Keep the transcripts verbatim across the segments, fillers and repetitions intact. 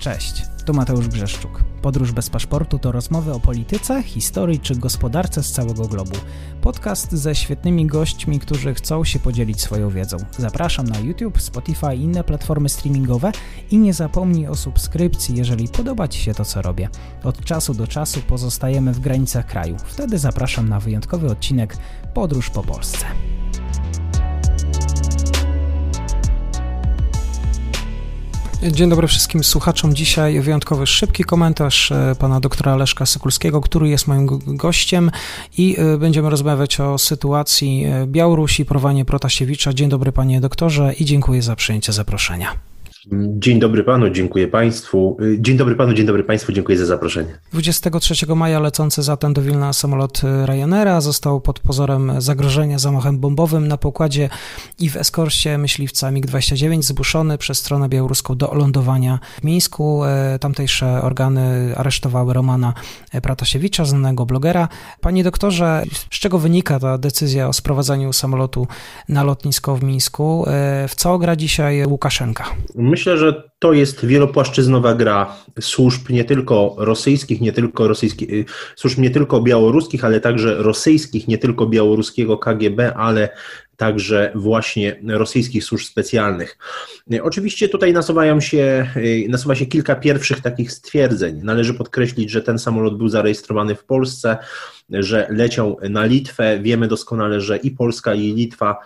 Cześć, tu Mateusz Brzeszczuk. Podróż bez paszportu to rozmowy o polityce, historii czy gospodarce z całego globu. Podcast ze świetnymi gośćmi, którzy chcą się podzielić swoją wiedzą. Zapraszam na YouTube, Spotify i inne platformy streamingowe i nie zapomnij o subskrypcji, jeżeli podoba Ci się to, co robię. Od czasu do czasu pozostajemy w granicach kraju. Wtedy zapraszam na wyjątkowy odcinek Podróż po Polsce. Dzień dobry wszystkim słuchaczom. Dzisiaj wyjątkowy szybki komentarz pana doktora Leszka Sykulskiego, który jest moim gościem i będziemy rozmawiać o sytuacji Białorusi, porwanie Protasiewicza. Dzień dobry panie doktorze i dziękuję za przyjęcie zaproszenia. Dzień dobry panu, dziękuję państwu. Dzień dobry panu, dzień dobry państwu, dziękuję za zaproszenie. dwudziestego trzeciego maja lecący zatem do Wilna samolot Ryanaira został pod pozorem zagrożenia zamachem bombowym na pokładzie i w eskorcie myśliwca mig dwadzieścia dziewięć zmuszony przez stronę białoruską do lądowania w Mińsku. Tamtejsze organy aresztowały Romana Protasiewicza, znanego blogera. Panie doktorze, z czego wynika ta decyzja o sprowadzaniu samolotu na lotnisko w Mińsku? W co gra dzisiaj Łukaszenka? Myślę, że to jest wielopłaszczyznowa gra służb nie tylko rosyjskich, nie tylko rosyjskich, służb nie tylko białoruskich, ale także rosyjskich, nie tylko białoruskiego K G B, ale także właśnie rosyjskich służb specjalnych. Oczywiście tutaj nasuwają się, nasuwa się kilka pierwszych takich stwierdzeń. Należy podkreślić, że ten samolot był zarejestrowany w Polsce, że leciał na Litwę. Wiemy doskonale, że i Polska, i Litwa,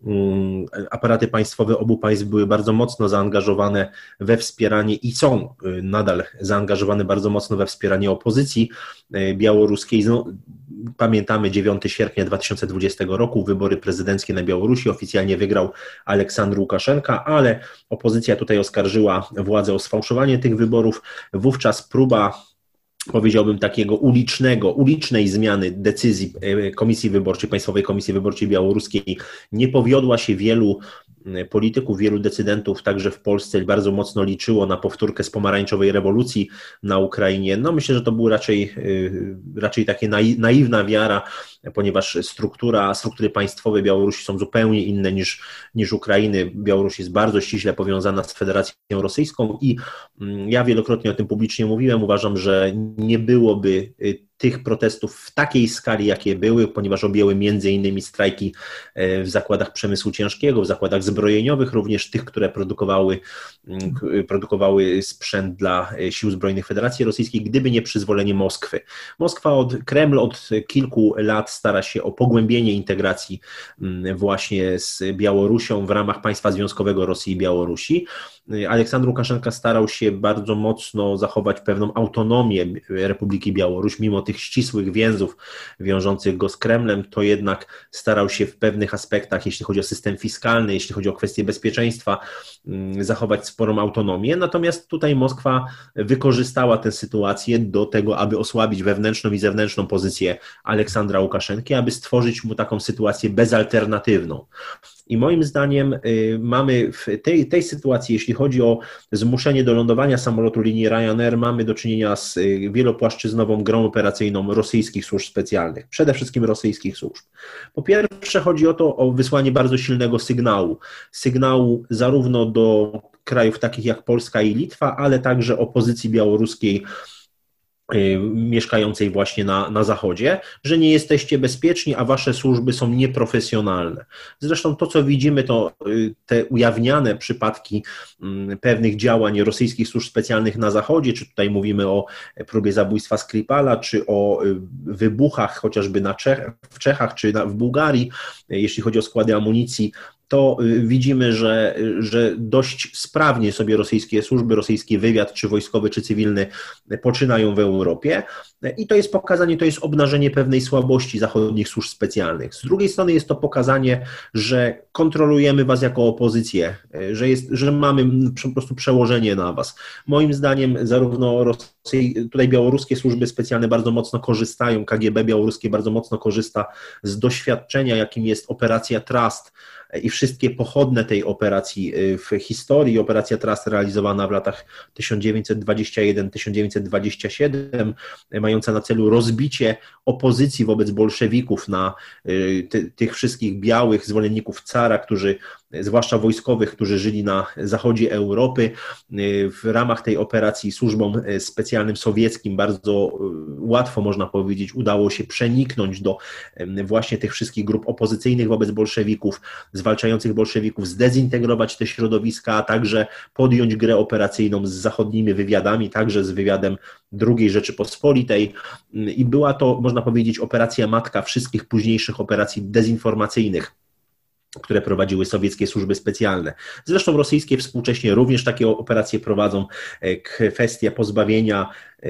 aparaty państwowe obu państw były bardzo mocno zaangażowane we wspieranie i są nadal zaangażowane bardzo mocno we wspieranie opozycji białoruskiej. Pamiętamy dziewiątego sierpnia dwa tysiące dwudziestego roku, wybory prezydenckie na Białorusi, oficjalnie wygrał Aleksandr Łukaszenka, ale opozycja tutaj oskarżyła władzę o sfałszowanie tych wyborów. Wówczas próba, powiedziałbym, takiego ulicznego, ulicznej zmiany decyzji Komisji Wyborczej, Państwowej Komisji Wyborczej Białoruskiej nie powiodła się. Wielu polityków, wielu decydentów także w Polsce bardzo mocno liczyło na powtórkę z pomarańczowej rewolucji na Ukrainie. No myślę, że to był raczej, raczej taka naiwna wiara, ponieważ struktura, struktury państwowe Białorusi są zupełnie inne niż, niż Ukrainy. Białoruś jest bardzo ściśle powiązana z Federacją Rosyjską i ja wielokrotnie o tym publicznie mówiłem. Uważam, że nie byłoby tych protestów w takiej skali, jakie były, ponieważ objęły między innymi strajki w zakładach przemysłu ciężkiego, w zakładach zbrojeniowych, również tych, które produkowały, produkowały sprzęt dla sił zbrojnych Federacji Rosyjskiej, gdyby nie przyzwolenie Moskwy. Moskwa, od Kreml od kilku lat stara się o pogłębienie integracji właśnie z Białorusią w ramach państwa związkowego Rosji i Białorusi. Aleksandr Łukaszenka starał się bardzo mocno zachować pewną autonomię Republiki Białoruś, mimo tych ścisłych więzów wiążących go z Kremlem, to jednak starał się w pewnych aspektach, jeśli chodzi o system fiskalny, jeśli chodzi o kwestie bezpieczeństwa, zachować sporą autonomię. Natomiast tutaj Moskwa wykorzystała tę sytuację do tego, aby osłabić wewnętrzną i zewnętrzną pozycję Aleksandra Łukaszenki, aby stworzyć mu taką sytuację bezalternatywną. I moim zdaniem mamy w tej, tej sytuacji, jeśli chodzi o zmuszenie do lądowania samolotu linii Ryanair, mamy do czynienia z wielopłaszczyznową grą operacyjną rosyjskich służb specjalnych, przede wszystkim rosyjskich służb. Po pierwsze chodzi o to, o wysłanie bardzo silnego sygnału, sygnału zarówno do krajów takich jak Polska i Litwa, ale także opozycji białoruskiej mieszkającej właśnie na, na zachodzie, że nie jesteście bezpieczni, a wasze służby są nieprofesjonalne. Zresztą to, co widzimy, to te ujawniane przypadki pewnych działań rosyjskich służb specjalnych na zachodzie, czy tutaj mówimy o próbie zabójstwa Skripala, czy o wybuchach chociażby na Czech, w Czechach, czy na, w Bułgarii, jeśli chodzi o składy amunicji, to widzimy, że, że dość sprawnie sobie rosyjskie służby, rosyjski wywiad, czy wojskowy, czy cywilny poczynają w Europie i to jest pokazanie, to jest obnażenie pewnej słabości zachodnich służb specjalnych. Z drugiej strony jest to pokazanie, że kontrolujemy was jako opozycję, że, jest, że mamy po prostu przełożenie na was. Moim zdaniem zarówno Rosji, tutaj białoruskie służby specjalne bardzo mocno korzystają, K G B białoruskie bardzo mocno korzysta z doświadczenia, jakim jest operacja Trust i wszystkie pochodne tej operacji w historii. Operacja Trust realizowana w latach tysiąc dziewięćset dwudziestym pierwszym do tysiąc dziewięćset dwudziestego siódmego, mająca na celu rozbicie opozycji wobec bolszewików, na ty, tych wszystkich białych zwolenników cara, którzy zwłaszcza wojskowych, którzy żyli na zachodzie Europy. W ramach tej operacji służbom specjalnym sowieckim bardzo łatwo, można powiedzieć, udało się przeniknąć do właśnie tych wszystkich grup opozycyjnych wobec bolszewików, zwalczających bolszewików, zdezintegrować te środowiska, a także podjąć grę operacyjną z zachodnimi wywiadami, także z wywiadem drugiej Rzeczypospolitej i była to, można powiedzieć, operacja matka wszystkich późniejszych operacji dezinformacyjnych, które prowadziły sowieckie służby specjalne. Zresztą rosyjskie współcześnie również takie operacje prowadzą. Kwestia pozbawienia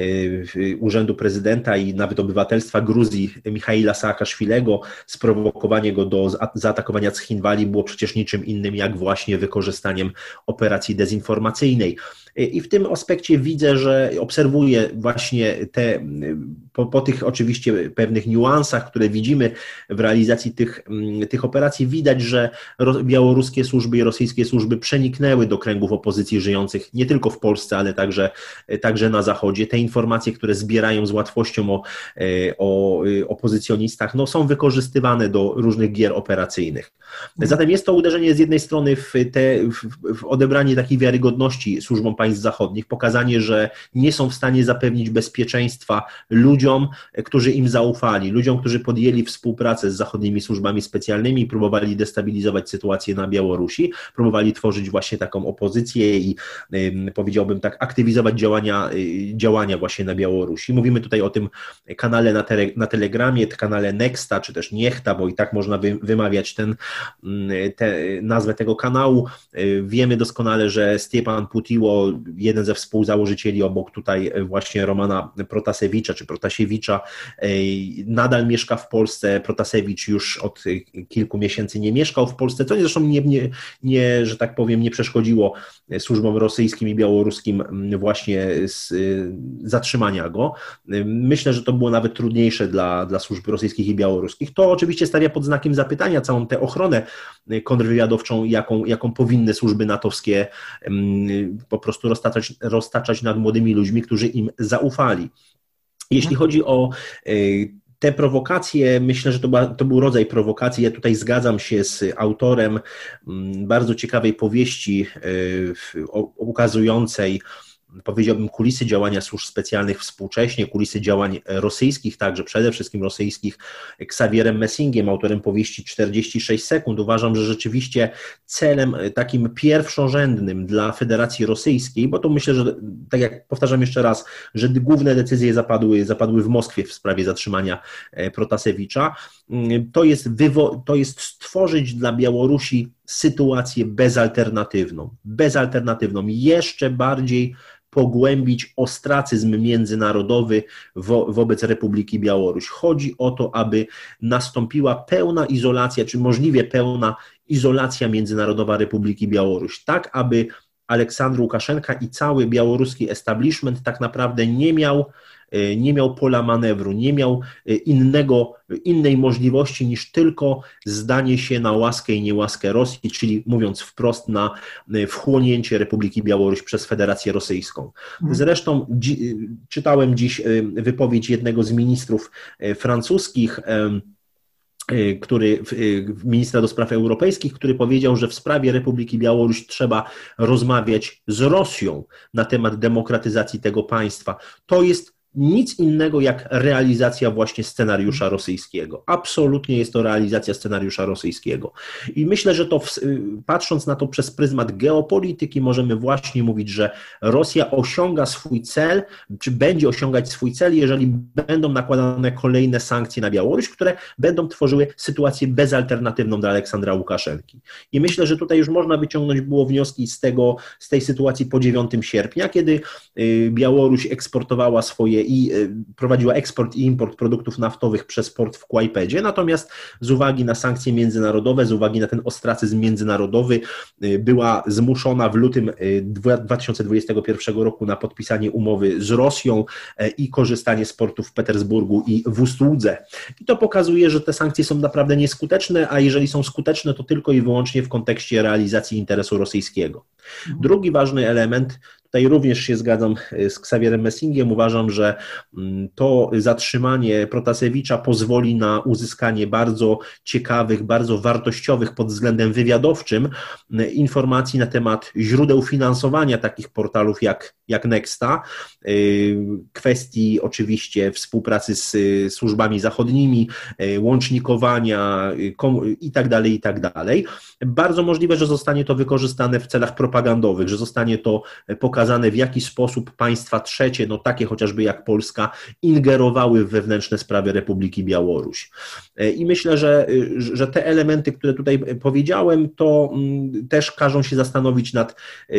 urzędu prezydenta i nawet obywatelstwa Gruzji Michaila Saakaszwilego, sprowokowanie go do zaatakowania Cchinwali było przecież niczym innym jak właśnie wykorzystaniem operacji dezinformacyjnej. I w tym aspekcie widzę, że obserwuję właśnie te, po, po tych oczywiście pewnych niuansach, które widzimy w realizacji tych, tych operacji, widać, że białoruskie służby i rosyjskie służby przeniknęły do kręgów opozycji żyjących nie tylko w Polsce, ale także, także na Zachodzie. Te informacje, które zbierają z łatwością o, o opozycjonistach, no, są wykorzystywane do różnych gier operacyjnych. Zatem jest to uderzenie z jednej strony w, te, w, w odebranie takiej wiarygodności służbom państw zachodnich, pokazanie, że nie są w stanie zapewnić bezpieczeństwa ludziom, którzy im zaufali, ludziom, którzy podjęli współpracę z zachodnimi służbami specjalnymi i próbowali destabilizować sytuację na Białorusi, próbowali tworzyć właśnie taką opozycję i powiedziałbym tak, aktywizować działania, działania właśnie na Białorusi. Mówimy tutaj o tym kanale na, tele, na Telegramie, kanale Nexta, czy też Niechta, bo i tak można wy, wymawiać ten, te, nazwę tego kanału. Wiemy doskonale, że Stjepan Putiło, jeden ze współzałożycieli obok tutaj właśnie Romana Protasewicza, czy Protasiewicza, nadal mieszka w Polsce. Protasewicz już od kilku miesięcy nie mieszkał w Polsce, co zresztą nie, nie, nie, że tak powiem, nie przeszkodziło służbom rosyjskim i białoruskim właśnie z, zatrzymania go. Myślę, że to było nawet trudniejsze dla, dla służb rosyjskich i białoruskich. To oczywiście stawia pod znakiem zapytania całą tę ochronę kontrwywiadowczą, jaką, jaką powinny służby natowskie po prostu roztaczać, roztaczać nad młodymi ludźmi, którzy im zaufali. Jeśli chodzi o te prowokacje, myślę, że to, była, to był rodzaj prowokacji. Ja tutaj zgadzam się z autorem bardzo ciekawej powieści ukazującej, powiedziałbym, kulisy działania służb specjalnych współcześnie, kulisy działań rosyjskich, także przede wszystkim rosyjskich, Xavierem Messingiem, autorem powieści czterdzieści sześć sekund. Uważam, że rzeczywiście celem takim pierwszorzędnym dla Federacji Rosyjskiej, bo to myślę, że tak jak powtarzam jeszcze raz, że główne decyzje zapadły, zapadły w Moskwie w sprawie zatrzymania Protasewicza, to jest, wywo- to jest stworzyć dla Białorusi sytuację bezalternatywną, bezalternatywną, jeszcze bardziej pogłębić ostracyzm międzynarodowy wo, wobec Republiki Białoruś. Chodzi o to, aby nastąpiła pełna izolacja, czy możliwie pełna izolacja międzynarodowa Republiki Białoruś, tak aby Aleksandr Łukaszenka i cały białoruski establishment tak naprawdę nie miał nie miał pola manewru, nie miał innego, innej możliwości niż tylko zdanie się na łaskę i niełaskę Rosji, czyli mówiąc wprost na wchłonięcie Republiki Białoruś przez Federację Rosyjską. Zresztą dzi- czytałem dziś wypowiedź jednego z ministrów francuskich, który, ministra do spraw europejskich, który powiedział, że w sprawie Republiki Białoruś trzeba rozmawiać z Rosją na temat demokratyzacji tego państwa. To jest nic innego jak realizacja właśnie scenariusza rosyjskiego. Absolutnie jest to realizacja scenariusza rosyjskiego. I myślę, że to w, patrząc na to przez pryzmat geopolityki, możemy właśnie mówić, że Rosja osiąga swój cel, czy będzie osiągać swój cel, jeżeli będą nakładane kolejne sankcje na Białoruś, które będą tworzyły sytuację bezalternatywną dla Aleksandra Łukaszenki. I myślę, że tutaj już można wyciągnąć było wnioski z tego, z tej sytuacji po dziewiątego sierpnia, kiedy Białoruś eksportowała swoje i prowadziła eksport i import produktów naftowych przez port w Kłajpedzie, natomiast z uwagi na sankcje międzynarodowe, z uwagi na ten ostracyzm międzynarodowy była zmuszona w lutym dwa tysiące dwudziestego pierwszego roku na podpisanie umowy z Rosją i korzystanie z portów w Petersburgu i w Ustłudze. I to pokazuje, że te sankcje są naprawdę nieskuteczne, a jeżeli są skuteczne, to tylko i wyłącznie w kontekście realizacji interesu rosyjskiego. Drugi ważny element, tutaj również się zgadzam z Xavierem Messingiem, uważam, że to zatrzymanie Protasewicza pozwoli na uzyskanie bardzo ciekawych, bardzo wartościowych pod względem wywiadowczym informacji na temat źródeł finansowania takich portalów jak, jak Nexta, kwestii oczywiście współpracy z służbami zachodnimi, łącznikowania i tak dalej, i tak dalej. Bardzo możliwe, że zostanie to wykorzystane w celach propagandowych, że zostanie to pokazane, w jaki sposób państwa trzecie, no takie chociażby jak Polska, ingerowały w wewnętrzne sprawy Republiki Białoruś. I myślę, że, że te elementy, które tutaj powiedziałem, to też każą się zastanowić nad,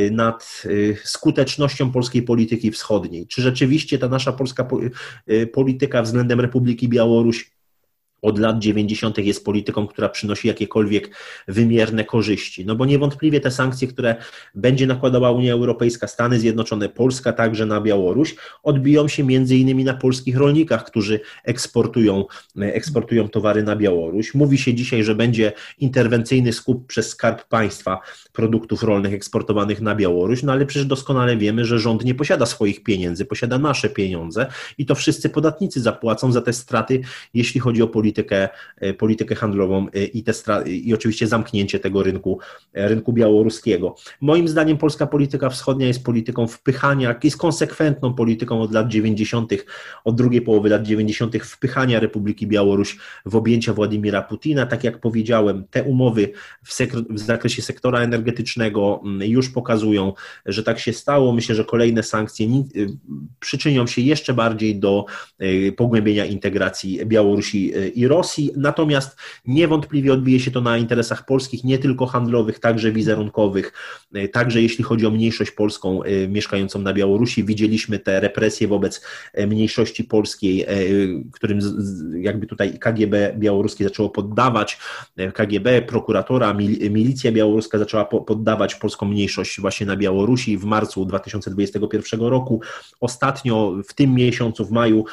nad skutecznością polskiej polityki wschodniej. Czy rzeczywiście ta nasza polska polityka względem Republiki Białoruś od lat dziewięćdziesiątych jest polityką, która przynosi jakiekolwiek wymierne korzyści. No bo niewątpliwie te sankcje, które będzie nakładała Unia Europejska, Stany Zjednoczone, Polska także na Białoruś, odbiją się między innymi na polskich rolnikach, którzy eksportują, eksportują towary na Białoruś. Mówi się dzisiaj, że będzie interwencyjny skup przez Skarb Państwa produktów rolnych eksportowanych na Białoruś, no ale przecież doskonale wiemy, że rząd nie posiada swoich pieniędzy, posiada nasze pieniądze i to wszyscy podatnicy zapłacą za te straty, jeśli chodzi o politykę Politykę, politykę handlową i, te stra- i oczywiście zamknięcie tego rynku, rynku białoruskiego. Moim zdaniem polska polityka wschodnia jest polityką wpychania, jest konsekwentną polityką od lat dziewięćdziesiątych, od drugiej połowy lat dziewięćdziesiątych wpychania Republiki Białoruś w objęcia Władimira Putina. Tak jak powiedziałem, te umowy w, sek- w zakresie sektora energetycznego już pokazują, że tak się stało. Myślę, że kolejne sankcje przyczynią się jeszcze bardziej do pogłębienia integracji Białorusi i Rosji, natomiast niewątpliwie odbije się to na interesach polskich, nie tylko handlowych, także wizerunkowych, także jeśli chodzi o mniejszość polską mieszkającą na Białorusi. Widzieliśmy te represje wobec mniejszości polskiej, którym jakby tutaj K G B białoruskie zaczęło poddawać, K G B, prokuratora, milicja białoruska zaczęła poddawać polską mniejszość właśnie na Białorusi w marcu dwa tysiące dwudziestego pierwszego roku. Ostatnio w tym miesiącu, w maju,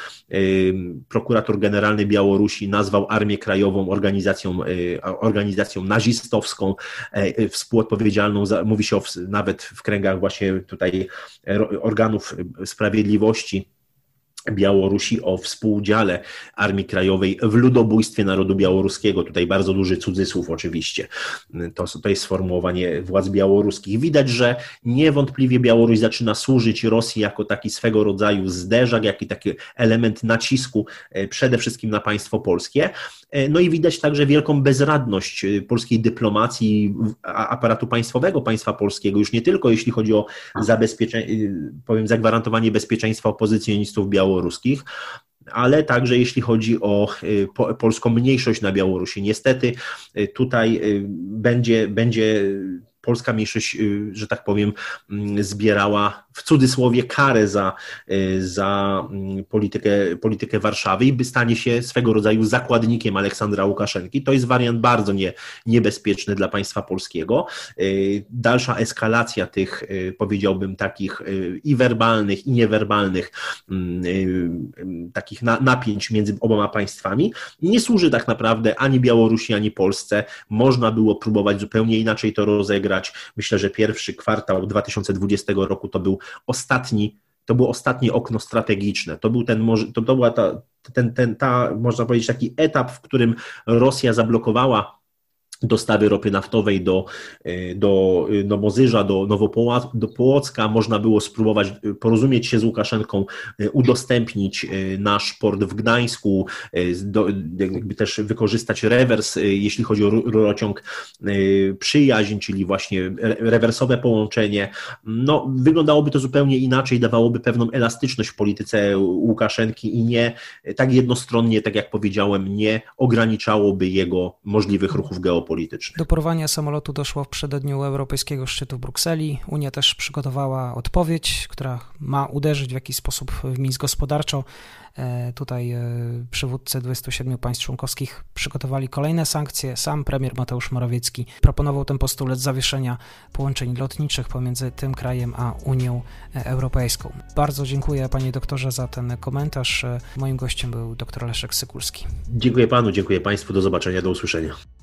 prokurator generalny Białorusi nazwał Armię Krajową organizacją, organizacją nazistowską, współodpowiedzialną, za, mówi się o, nawet w kręgach właśnie tutaj organów sprawiedliwości Białorusi o współudziale Armii Krajowej w ludobójstwie narodu białoruskiego. Tutaj bardzo duży cudzysłów oczywiście. To, to jest sformułowanie władz białoruskich. Widać, że niewątpliwie Białoruś zaczyna służyć Rosji jako taki swego rodzaju zderzak, jak i taki element nacisku przede wszystkim na państwo polskie. No i widać także wielką bezradność polskiej dyplomacji, aparatu państwowego państwa polskiego, już nie tylko jeśli chodzi o zabezpieczenie, powiem, zagwarantowanie bezpieczeństwa opozycjonistów białoruskich, ale także jeśli chodzi o po, polską mniejszość na Białorusi. Niestety tutaj będzie, będzie polska mniejszość, że tak powiem, zbierała w cudzysłowie karę za, za politykę, politykę Warszawy i by stanie się swego rodzaju zakładnikiem Aleksandra Łukaszenki. To jest wariant bardzo nie, niebezpieczny dla państwa polskiego. Dalsza eskalacja tych, powiedziałbym, takich i werbalnych, i niewerbalnych takich napięć między oboma państwami nie służy tak naprawdę ani Białorusi, ani Polsce. Można było próbować zupełnie inaczej to rozegrać. Myślę, że pierwszy kwartał dwa tysiące dwudziestego roku to był ostatni, to było ostatnie okno strategiczne. To był ten, to, to była ta, ten, ten, ta, można powiedzieć, taki etap, w którym Rosja zablokowała dostawy ropy naftowej do, do, do Mozyża, do Nowopołocka. Można było spróbować porozumieć się z Łukaszenką, udostępnić nasz port w Gdańsku, do, jakby też wykorzystać rewers, jeśli chodzi o rurociąg Przyjaźń, czyli właśnie rewersowe połączenie. No, wyglądałoby to zupełnie inaczej, dawałoby pewną elastyczność w polityce Łukaszenki i nie tak jednostronnie, tak jak powiedziałem, nie ograniczałoby jego możliwych ruchów geopolitycznych. Do porwania samolotu doszło w przededniu europejskiego szczytu w Brukseli. Unia też przygotowała odpowiedź, która ma uderzyć w jakiś sposób w Mińsk gospodarczo. Tutaj przywódcy dwudziestu siedmiu państw członkowskich przygotowali kolejne sankcje. Sam premier Mateusz Morawiecki proponował ten postulat zawieszenia połączeń lotniczych pomiędzy tym krajem a Unią Europejską. Bardzo dziękuję panie doktorze za ten komentarz. Moim gościem był dr Leszek Sykulski. Dziękuję panu, dziękuję państwu. Do zobaczenia, do usłyszenia.